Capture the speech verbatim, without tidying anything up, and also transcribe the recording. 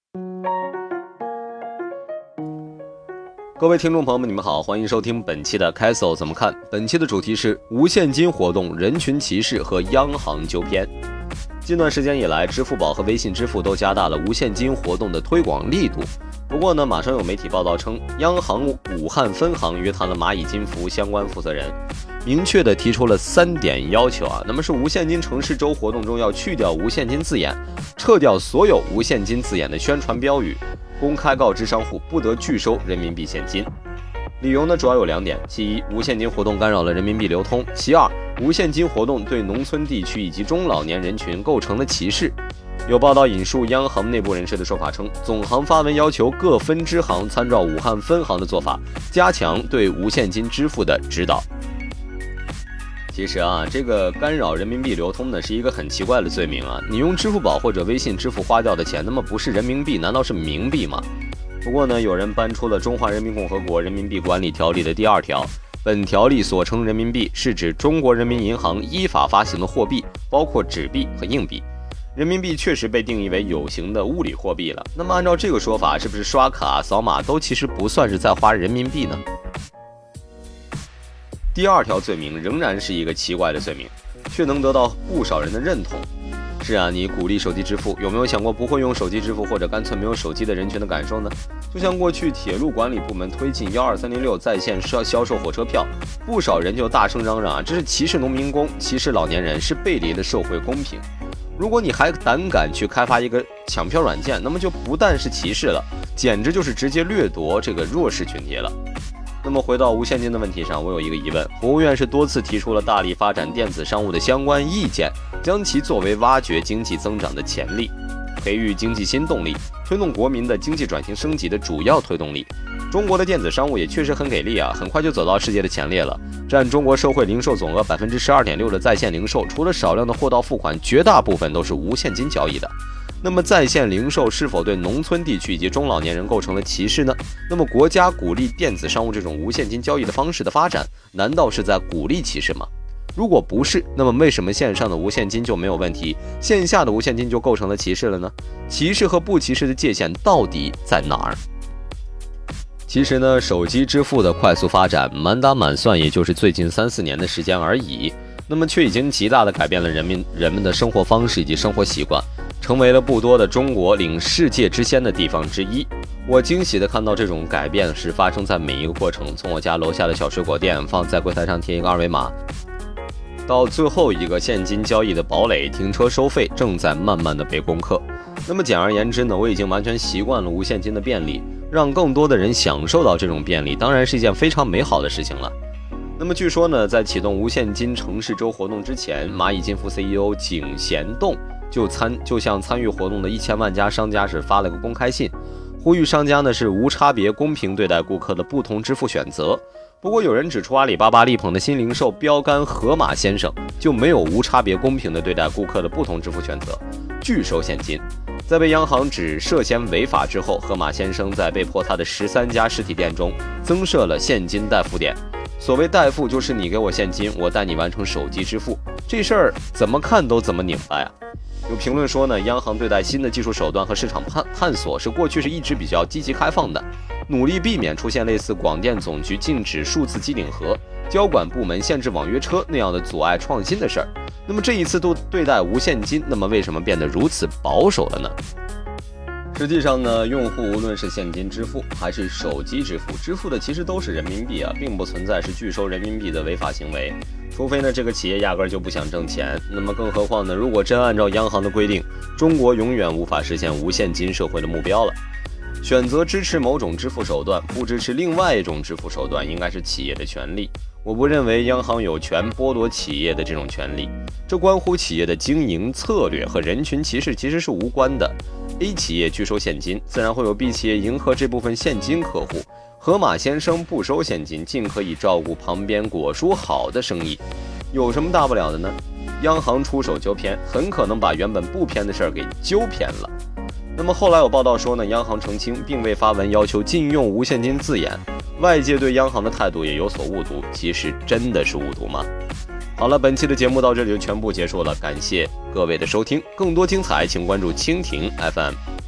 各位听众朋友们，你们好，欢迎收听本期的 Castle 怎么看。本期的主题是无现金活动、人群歧视和央行纠偏。近段时间以来，支付宝和微信支付都加大了无现金活动的推广力度。不过呢，马上有媒体报道称，央行武汉分行约谈了蚂蚁金服相关负责人，明确的提出了三点要求啊。那么是无现金城市周活动中要去掉无现金字眼，撤掉所有无现金字眼的宣传标语，公开告知商户不得拒收人民币现金。理由呢主要有两点：其一，无现金活动干扰了人民币流通；其二，无现金活动对农村地区以及中老年人群构成了歧视。有报道引述央行内部人士的说法称，总行发文要求各分支行参照武汉分行的做法，加强对无现金支付的指导。其实啊，这个干扰人民币流通呢是一个很奇怪的罪名啊！你用支付宝或者微信支付花掉的钱，那么不是人民币，难道是冥币吗？不过呢，有人搬出了《中华人民共和国人民币管理条例》的第二条，本条例所称人民币是指中国人民银行依法发行的货币，包括纸币和硬币。人民币确实被定义为有形的物理货币了。那么按照这个说法，是不是刷卡、扫码都其实不算是在花人民币呢？第二条罪名仍然是一个奇怪的罪名，却能得到不少人的认同。是啊，你鼓励手机支付，有没有想过不会用手机支付或者干脆没有手机的人群的感受呢？就像过去铁路管理部门推进幺二三零六在线销销售火车票，不少人就大声嚷嚷啊，这是歧视农民工、歧视老年人，是背离了社会公平。如果你还胆敢去开发一个抢票软件，那么就不但是歧视了，简直就是直接掠夺这个弱势群体了。那么回到无现金的问题上，我有一个疑问：国务院是多次提出了大力发展电子商务的相关意见，将其作为挖掘经济增长的潜力、培育经济新动力、推动国民的经济转型升级的主要推动力。中国的电子商务也确实很给力啊，很快就走到世界的前列了，占中国社会零售总额 百分之十二点六 的在线零售，除了少量的货到付款，绝大部分都是无现金交易的。那么在线零售是否对农村地区以及中老年人构成了歧视呢？那么国家鼓励电子商务这种无现金交易的方式的发展，难道是在鼓励歧视吗？如果不是，那么为什么线上的无现金就没有问题，线下的无现金就构成了歧视了呢？歧视和不歧视的界限到底在哪儿？其实呢，手机支付的快速发展，满打满算也就是最近三四年的时间而已，那么却已经极大地改变了人民人们的生活方式以及生活习惯，成为了不多的中国领世界之先的地方之一。我惊喜地看到这种改变是发生在每一个过程，从我家楼下的小水果店放在柜台上贴一个二维码，到最后一个现金交易的堡垒停车收费正在慢慢的被攻克。那么简而言之呢，我已经完全习惯了无现金的便利，让更多的人享受到这种便利，当然是一件非常美好的事情了。那么据说呢，在启动无现金城市周活动之前，蚂蚁金服 C E O 井贤栋就参就向参与活动的一千万家商家是发了个公开信，呼吁商家呢是无差别公平对待顾客的不同支付选择。不过有人指出，阿里巴巴力捧的新零售标杆盒马先生就没有无差别公平的对待顾客的不同支付选择，拒收现金。在被央行指涉嫌违法之后，盒马先生在被迫他的十三家实体店中增设了现金代付点。所谓代付，就是你给我现金，我带你完成手机支付，这事儿怎么看都怎么拧巴呀。有评论说呢，央行对待新的技术手段和市场探探索是过去是一直比较积极开放的，努力避免出现类似广电总局禁止数字机顶盒、交管部门限制网约车那样的阻碍创新的事儿。那么这一次都对待无现金，那么为什么变得如此保守了呢？实际上呢，用户无论是现金支付还是手机支付，支付的其实都是人民币啊，并不存在是拒收人民币的违法行为。除非呢，这个企业压根就不想挣钱。那么更何况呢，如果真按照央行的规定，中国永远无法实现无现金社会的目标了。选择支持某种支付手段，不支持另外一种支付手段，应该是企业的权利。我不认为央行有权剥夺企业的这种权利，这关乎企业的经营策略和人群歧视其实是无关的。A 企业拒收现金，自然会有 B 企业迎合这部分现金客户。盒马先生不收现金，尽可以照顾旁边果蔬好的生意，有什么大不了的呢？央行出手纠偏，很可能把原本不偏的事儿给纠偏了。那么后来有报道说呢，央行澄清并未发文要求禁用无现金字眼，外界对央行的态度也有所误读，其实真的是误读吗？好了，本期的节目到这里就全部结束了，感谢各位的收听，更多精彩请关注蜻蜓 F M。